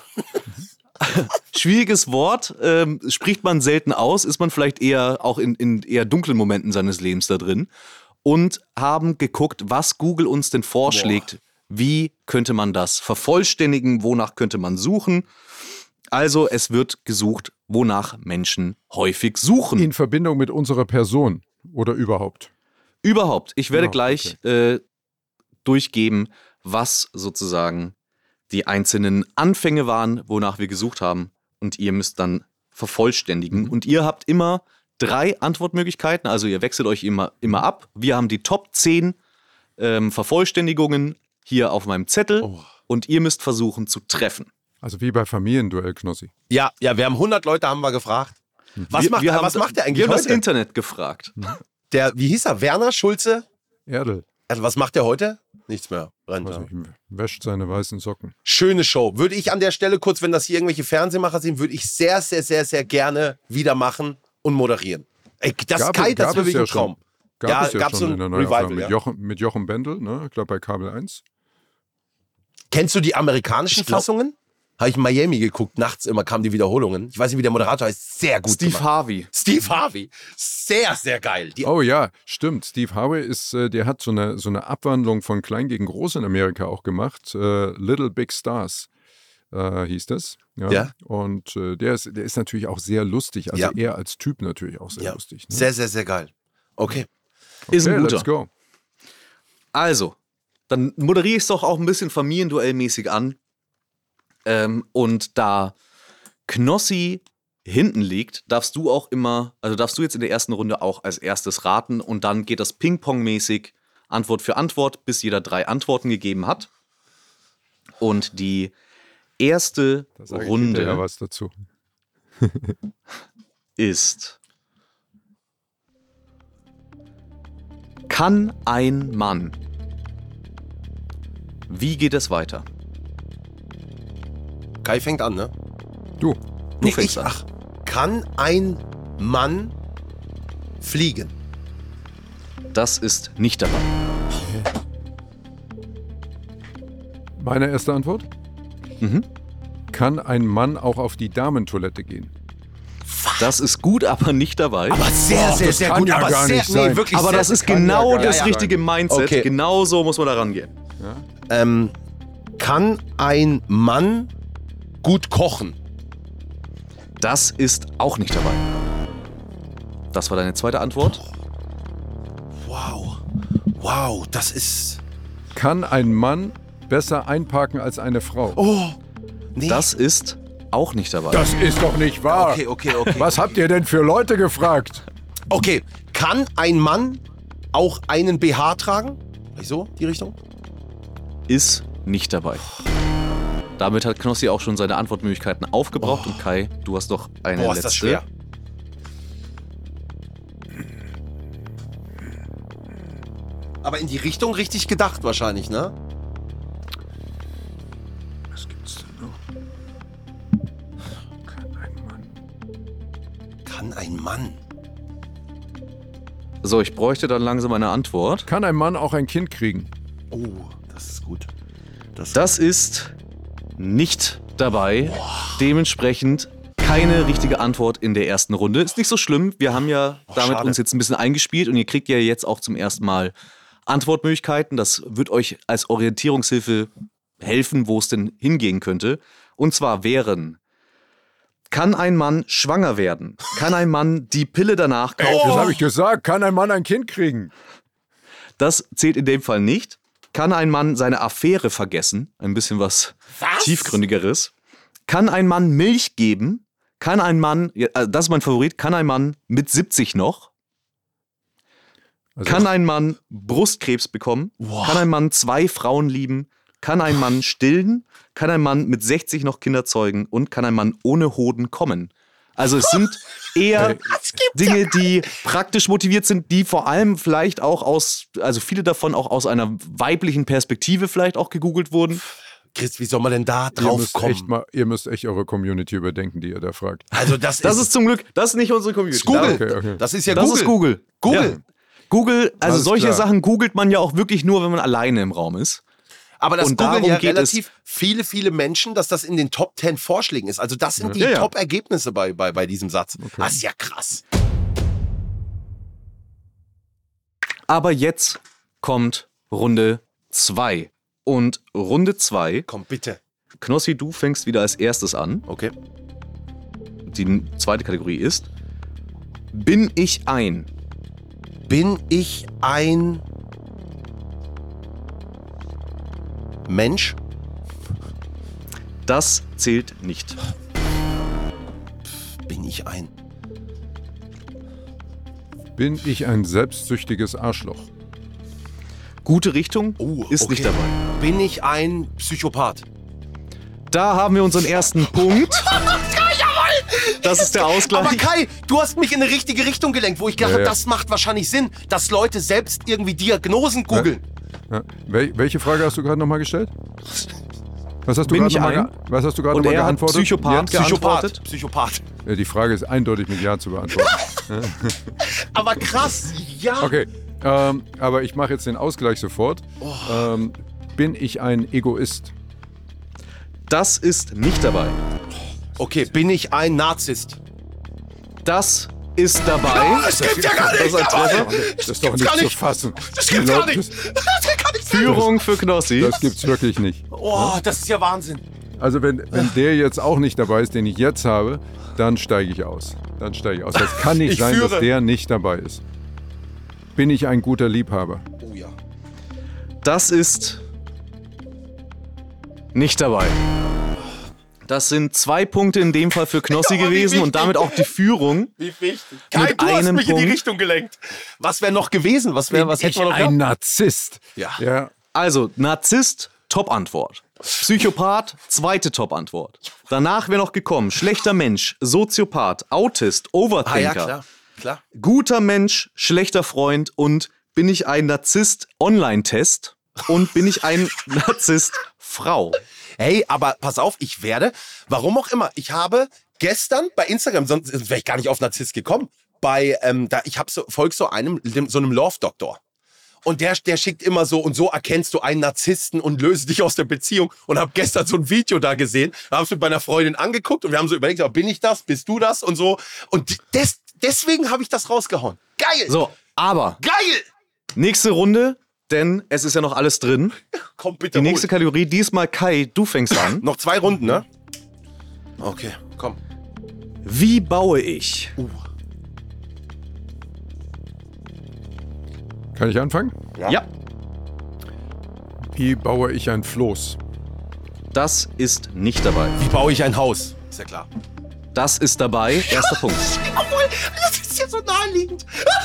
Schwieriges Wort, ähm, spricht man selten aus, ist man vielleicht eher auch in, in eher dunklen Momenten seines Lebens da drin. Und haben geguckt, was Google uns denn vorschlägt. Boah. Wie könnte man das vervollständigen? Wonach könnte man suchen? Also es wird gesucht, wonach Menschen häufig suchen. In Verbindung mit unserer Person oder überhaupt? Überhaupt. Ich werde Ja, gleich okay. äh, durchgeben, was sozusagen die einzelnen Anfänge waren, wonach wir gesucht haben. Und ihr müsst dann vervollständigen. Mhm. Und ihr habt immer drei Antwortmöglichkeiten. Also ihr wechselt euch immer, immer ab. Wir haben die Top zehn ähm, Vervollständigungen hier auf meinem Zettel. Oh. Und ihr müsst versuchen zu treffen. Also wie bei Familienduell, Knossi. Ja, ja, wir haben hundert Leute, haben wir gefragt. Was, wir, macht, wir was haben, macht der eigentlich Wir haben heute? das Internet gefragt. Der, wie hieß er? Werner Schulze? Erdl. Also was macht der heute? Nichts mehr. Also, wäscht seine weißen Socken. Schöne Show. Würde ich an der Stelle kurz, wenn das hier irgendwelche Fernsehmacher sind, würde ich sehr, sehr, sehr, sehr gerne wieder machen und moderieren. Ey, das gab, Kai, das gab ist wirklich ja ein Traum. Gab ja, es ja gab's schon so in der ein Neuauflage Revival, mit, ja. Jochen, mit Jochen Bendel, ne? Ich glaube bei Kabel eins. Kennst du die amerikanischen glaub, Fassungen? Habe ich in Miami geguckt, nachts immer kamen die Wiederholungen. Ich weiß nicht, wie der Moderator heißt. Sehr gut Steve gemacht. Harvey. Steve Harvey. Sehr, sehr geil. Die Oh ja, stimmt. Steve Harvey ist, äh, der hat so eine, so eine Abwandlung von Klein gegen Groß in Amerika auch gemacht. Äh, Little Big Stars äh, hieß das. Ja. Ja. Und äh, der, ist, der ist natürlich auch sehr lustig. Also Ja. er als Typ natürlich auch sehr ja. lustig. Ne? Sehr, sehr, sehr geil. Okay. Ist ein okay, guter. let's go. Also, dann moderiere ich es doch auch ein bisschen familienduellmäßig an. Ähm, und da Knossi hinten liegt, darfst du auch immer, also darfst du jetzt in der ersten Runde auch als erstes raten und dann geht das Ping-Pong-mäßig Antwort für Antwort, bis jeder drei Antworten gegeben hat. Und die erste Da sage ich Runde hinterher was dazu. ist: Kann ein Mann? Wie geht es weiter? Kai fängt an, ne? Du. Du Nee, fängst ich, an. ach, kann ein Mann fliegen? Das ist nicht dabei. Meine erste Antwort? Mhm. Kann ein Mann auch auf die Damentoilette gehen? Das ist gut, aber nicht dabei. Aber sehr, Boah, sehr, das sehr kann gut. ja aber gar sehr, nicht sein. nee, wirklich aber sehr, das ist kann genau ja gar das nicht richtige sein. Mindset. Okay. Genau so muss man da rangehen. Ähm, kann ein Mann gut kochen? Das ist auch nicht dabei. Das war deine zweite Antwort. Wow. Wow, das ist... Kann ein Mann besser einparken als eine Frau? Oh, nee. Das ist auch nicht dabei. Das ist doch nicht wahr. Okay, okay, okay. Was habt ihr denn für Leute gefragt? Okay, kann ein Mann auch einen B H tragen? Wieso, die Richtung? Ist nicht dabei. Damit hat Knossi auch schon seine Antwortmöglichkeiten aufgebraucht. Und Kai, du hast noch eine Boah, letzte. ist das schwer. Aber in die Richtung richtig gedacht wahrscheinlich, ne? Was gibt's denn noch? Kann ein Mann. Kann ein Mann. So, ich bräuchte dann langsam eine Antwort. Kann ein Mann auch ein Kind kriegen? Oh, das ist gut. Das, Das ist nicht dabei. Dementsprechend keine richtige Antwort in der ersten Runde. Ist nicht so schlimm. Wir haben ja Oh, damit schade. uns jetzt ein bisschen eingespielt und ihr kriegt ja jetzt auch zum ersten Mal Antwortmöglichkeiten. Das wird euch als Orientierungshilfe helfen, wo es denn hingehen könnte. Und zwar wären: Kann ein Mann schwanger werden? Kann ein Mann die Pille danach kaufen? Das habe ich gesagt. Kann ein Mann ein Kind kriegen? Das zählt in dem Fall nicht. Kann ein Mann seine Affäre vergessen? Ein bisschen was, Was? Tiefgründigeres. Kann ein Mann Milch geben? Kann ein Mann, ja, das ist mein Favorit, kann ein Mann mit siebzig noch? Also, Kann ein Mann Brustkrebs bekommen? Wow. Kann ein Mann zwei Frauen lieben? Kann ein Mann stillen? Kann ein Mann mit sechzig noch Kinder zeugen? Und kann ein Mann ohne Hoden kommen? Also es sind eher Dinge, die praktisch motiviert sind, die vor allem vielleicht auch aus, also viele davon auch aus einer weiblichen Perspektive vielleicht auch gegoogelt wurden. Chris, wie soll man denn da ihr, drauf müsst kommen? echt mal, ihr müsst echt eure Community überdenken, die ihr da fragt. Also das, Das ist, ist zum Glück, das ist nicht unsere Community. Google. Okay, okay. Das ist ja Das Google. ist Google. Google. Ja. Google, also Alles solche klar. Sachen googelt man ja auch wirklich nur, wenn man alleine im Raum ist. Aber das Und googeln darum ja geht relativ viele, viele Menschen, dass das in den Top zehn Vorschlägen ist. Also das sind die Ja, ja. Top-Ergebnisse bei, bei, bei diesem Satz. Das ist ja krass. Aber jetzt kommt Runde zwei. Und Runde zwei, Komm, bitte. Knossi, du fängst wieder als erstes an. Okay. Die zweite Kategorie ist: Bin ich ein? Bin ich ein Mensch? Das zählt nicht. Bin ich ein... Bin ich ein selbstsüchtiges Arschloch? Gute Richtung, Oh, ist okay. nicht dabei. Bin ich ein Psychopath? Da haben wir unseren ersten Punkt. Das ist der Ausgleich. Aber Kai, du hast mich in eine richtige Richtung gelenkt, wo ich gedacht Ja, habe, ja. das macht wahrscheinlich Sinn, dass Leute selbst irgendwie Diagnosen googeln. Ja. Wel welche Frage hast du gerade nochmal gestellt? Was hast du Bin gerade ich nochmal ein? ge was hast du gerade Und nochmal er hat geantwortet? Psychopath Ja? geantwortet. Psychopath. Psychopath. Ja, die Frage ist eindeutig mit Ja zu beantworten. Aber krass, ja. Okay, ähm, aber ich mache jetzt den Ausgleich sofort. Oh. Ähm, bin ich ein Egoist? Das ist nicht dabei. Okay, bin ich ein Narzisst? Das ist dabei. Das gibt ja gar Das ist nicht. ein Treffer. Das ist doch gibt's nicht gar zu nicht. fassen. Das gibt's Die gar Leute- nicht. Das kann nicht sein. Führung für Knossi. Das gibt's wirklich nicht. Oh, das ist ja Wahnsinn. Also wenn, wenn der jetzt auch nicht dabei ist, den ich jetzt habe, dann steige ich aus. Dann steige ich aus. Das kann nicht Ich sein, führe. dass der nicht dabei ist. Bin ich ein guter Liebhaber? Oh ja. Das ist nicht dabei. Das sind zwei Punkte in dem Fall für Knossi Aber wie gewesen und wichtig. damit auch die Führung. Wie wichtig. Kai, Mit du hast einem mich in die Punkt. Richtung gelenkt. Was wäre noch gewesen? Was, wär, was Bin hätten ich wir noch ein gehabt? Narzisst? Ja. Ja. Also, Narzisst, Top-Antwort. Psychopath, zweite Top-Antwort. Danach wäre noch gekommen: schlechter Mensch, Soziopath, Autist, Ah Overthinker. ja, klar. klar. Guter Mensch, schlechter Freund und bin ich ein Narzisst, Online-Test und bin ich ein Narzisst, Frau. Hey, aber pass auf, ich werde, warum auch immer, ich habe gestern bei Instagram, sonst wäre ich gar nicht auf Narzisst gekommen, bei, ähm, da, ich habe so, folg so einem, dem, so einem Love-Doktor. Und der, der schickt immer so, und so erkennst du einen Narzissten und löst dich aus der Beziehung. Und habe gestern so ein Video da gesehen, da habe ich mit meiner Freundin angeguckt und wir haben so überlegt, bin ich das, bist du das und so. Und des, deswegen habe ich das rausgehauen. Geil! So, aber. Geil! Nächste Runde, denn es ist ja noch alles drin. Komm bitte. Die nächste Kategorie, diesmal Kai, du fängst an. Noch zwei Runden, ne? Okay, komm. Wie baue ich? Uh. Kann ich anfangen? Ja. ja. Wie baue ich ein Floß? Das ist nicht dabei. Wie baue ich ein Haus? Ist ja klar. Das ist dabei. Erster Punkt. Obwohl, das ist ja so naheliegend.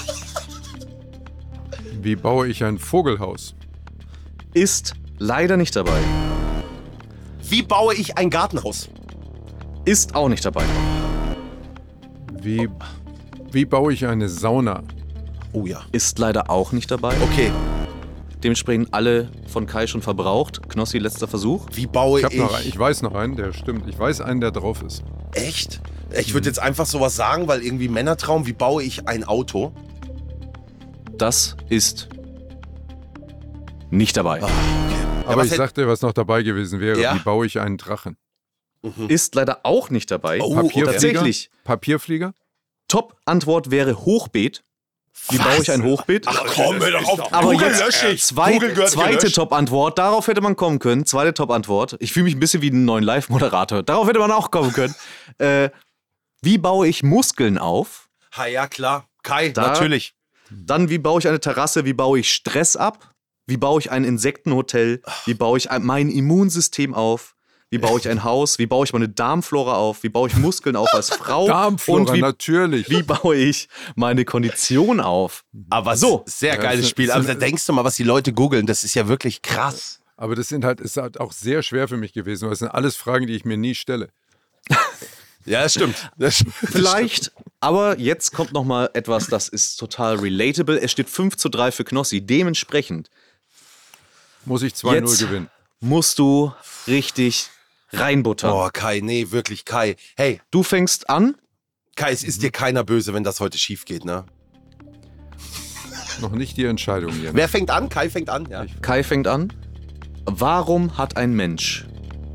Wie baue ich ein Vogelhaus? Ist leider nicht dabei. Wie baue ich ein Gartenhaus? Ist auch nicht dabei. Wie, wie baue ich eine Sauna? Oh ja. Ist leider auch nicht dabei. Okay. Dementsprechend alle von Kai schon verbraucht. Knossi, letzter Versuch. Wie baue ich? Ich, Noch einen, ich weiß noch einen, der stimmt. Ich weiß einen, der drauf ist. Echt? Ich würde jetzt einfach sowas sagen, weil irgendwie Männertraum. Wie baue ich ein Auto? Das ist nicht dabei. Oh, okay. Aber ja, ich sagte, was noch dabei gewesen wäre. Ja? Wie baue ich einen Drachen? Mhm. Ist leider auch nicht dabei. Oh, Papierflieger? Tatsächlich. Papierflieger? Top-Antwort wäre Hochbeet. Wie Was? baue ich ein Hochbeet? Ach komm, hör doch auf. Aber Google jetzt lösche ich. Zwei, Google gehört zweite gelöscht. Top-Antwort. Darauf hätte man kommen können. Zweite Top-Antwort. Ich fühle mich ein bisschen wie ein neuen Live-Moderator. Darauf hätte man auch kommen können. äh, wie baue ich Muskeln auf? Ha, ja, klar. Kai, Da. natürlich. Dann, wie baue ich eine Terrasse? Wie baue ich Stress ab? Wie baue ich ein Insektenhotel? Wie baue ich ein, mein Immunsystem auf? Wie baue ich ein Haus? Wie baue ich meine Darmflora auf? Wie baue ich Muskeln auf als Frau? Darmflora, Und wie, natürlich. wie baue ich meine Kondition auf? Aber So. sehr Ja, geiles das- Spiel. das- Aber da denkst du mal, was die Leute googeln. Das ist ja wirklich krass. Aber das sind halt, ist halt auch sehr schwer für mich gewesen, weil es sind alles Fragen, die ich mir nie stelle. Ja, das stimmt. Das stimmt. Vielleicht, aber jetzt kommt noch mal etwas, das ist total relatable. Es steht fünf zu drei für Knossi. Dementsprechend Muss ich zwei null Jetzt- gewinnen. musst du richtig reinbuttern. Oh, Kai, nee, wirklich, Kai. Hey, Du fängst an. Kai, es ist dir keiner böse, wenn das heute schief geht, ne? Noch nicht die Entscheidung, Jens. Wer fängt an? Kai fängt an, ja. Kai fängt an. Warum hat ein Mensch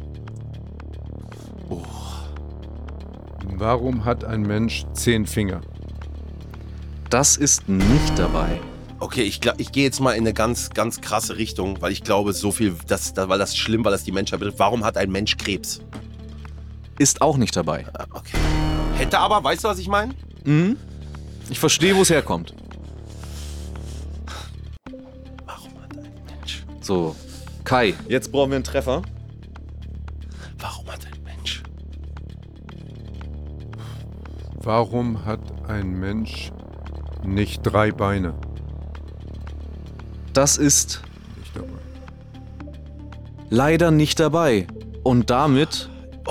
Warum hat ein Mensch zehn Finger? Das ist nicht dabei. Okay, ich, glaub, ich gehe jetzt mal in eine ganz, ganz krasse Richtung, weil ich glaube, so viel, das, das, weil das schlimm, weil das die Menschheit betrifft. Warum hat ein Mensch Krebs? Ist auch nicht dabei. Ah, okay. Hätte aber, weißt du, was ich meine? Mhm. Ich verstehe, wo es herkommt. Warum hat ein Mensch? So, Kai, jetzt brauchen wir einen Treffer. Warum hat ein Mensch? Warum hat ein Mensch nicht drei Beine? Das ist Nicht dabei. leider nicht dabei. Und damit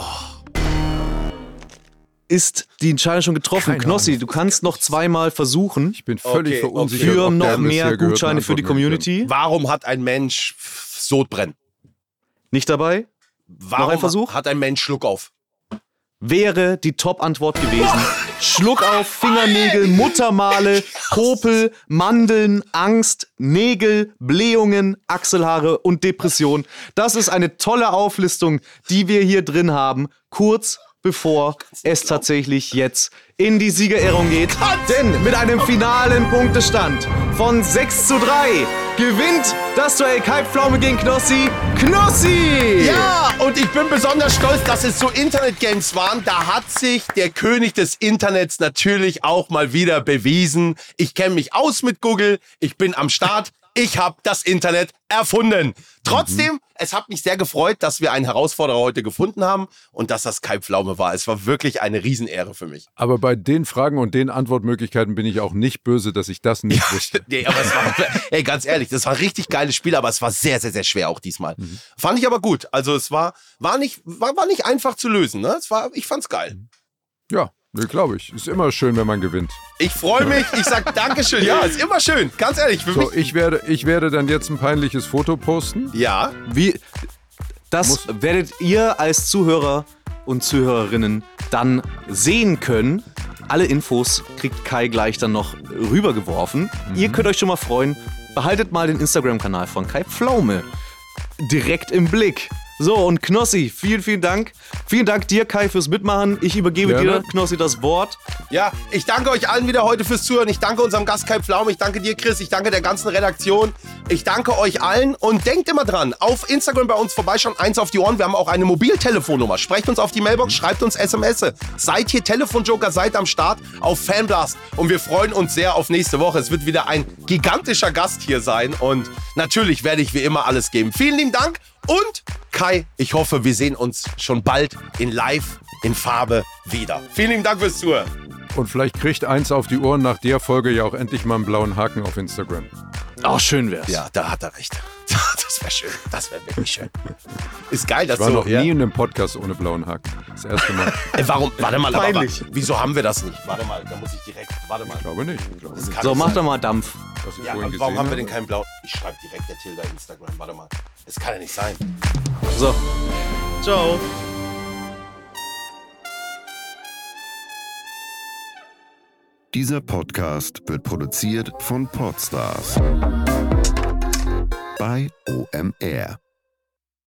ist die Entscheidung schon getroffen. Keine Knossi, Ahnung. du kannst noch zweimal versuchen. Ich bin völlig Okay, verunsichert. Für ob der noch bisher mehr gehörten Gutscheine für die Antworten Community. Warum hat ein Mensch Sodbrennen? Nicht dabei? Warum ein Versuch? hat ein Mensch Schluck auf? Wäre die Top-Antwort gewesen. Schluck auf, Fingernägel, Muttermale, Popel, Mandeln, Angst, Nägel, Blähungen, Achselhaare und Depression. Das ist eine tolle Auflistung, die wir hier drin haben, kurz bevor es tatsächlich jetzt in die Siegerehrung geht. Denn mit einem finalen Punktestand von sechs zu drei gewinnt das Duell Kai Pflaume gegen Knossi. Knossi! Ja, und ich bin besonders stolz, dass es so Internet-Games waren. Da hat sich der König des Internets natürlich auch mal wieder bewiesen. Ich kenne mich aus mit Google, ich bin am Start, ich habe das Internet erfunden. Trotzdem, mhm. es hat mich sehr gefreut, dass wir einen Herausforderer heute gefunden haben und dass das Kai Pflaume war. Es war wirklich eine Riesenehre für mich. Aber bei den Fragen und den Antwortmöglichkeiten bin ich auch nicht böse, dass ich das nicht wusste. Nee, aber es war, ey, ganz ehrlich, das war ein richtig geiles Spiel, aber es war sehr, sehr, sehr schwer auch diesmal. Mhm. Fand ich aber gut. Also es war, war, nicht, war, war nicht einfach zu lösen. Ne? Es war, ich fand's geil. Ja, nee, glaube ich. Ist immer schön, wenn man gewinnt. Ich freue mich. Ich sag Dankeschön. Ja, ist immer schön. Ganz ehrlich. Für So, mich. ich werde, ich werde dann jetzt ein peinliches Foto posten. Ja. Wie, Das Muss- werdet ihr als Zuhörer und Zuhörerinnen dann sehen können. Alle Infos kriegt Kai gleich dann noch rübergeworfen. Mhm. Ihr könnt euch schon mal freuen. Behaltet mal den Instagram-Kanal von Kai Pflaume direkt im Blick. So, und Knossi, vielen, vielen Dank. Vielen Dank dir, Kai, fürs Mitmachen. Ich übergebe Gerne. dir, Knossi, das Wort. Ja, ich danke euch allen wieder heute fürs Zuhören. Ich danke unserem Gast Kai Pflaume. Ich danke dir, Chris. Ich danke der ganzen Redaktion. Ich danke euch allen. Und denkt immer dran, auf Instagram bei uns vorbeischauen. Eins auf die Ohren. Wir haben auch eine Mobiltelefonnummer. Sprecht uns auf die Mailbox, schreibt uns S M S. Seid hier Telefonjoker, seid am Start auf Fanblast. Und wir freuen uns sehr auf nächste Woche. Es wird wieder ein gigantischer Gast hier sein. Und natürlich werde ich wie immer alles geben. Vielen lieben Dank. Und Kai, ich hoffe, wir sehen uns schon bald in Live, in Farbe wieder. Vielen lieben Dank fürs Zuhören. Und vielleicht kriegt eins auf die Ohren nach der Folge ja auch endlich mal einen blauen Haken auf Instagram. Oh, schön wär's. Ja, da hat er recht. Das wäre schön. Das wäre wirklich schön. Ist geil, dass Ich war so, noch ja. nie in einem Podcast ohne blauen Haken. Das erste Mal. Äh, warum? Warte mal, aber, aber Peinlich. wieso haben wir das nicht? Warte mal, da muss ich direkt. Warte mal. Ich glaube nicht. Ich glaube Das nicht. kann So, nicht mach sein. doch mal Dampf. Was ich Ja, vorhin aber warum gesehen haben wir denn habe. keinen blauen? Ich schreibe direkt der Tilda Instagram. Warte mal. Das kann ja nicht sein. So. Ciao. Dieser Podcast wird produziert von Podstars bei O M R.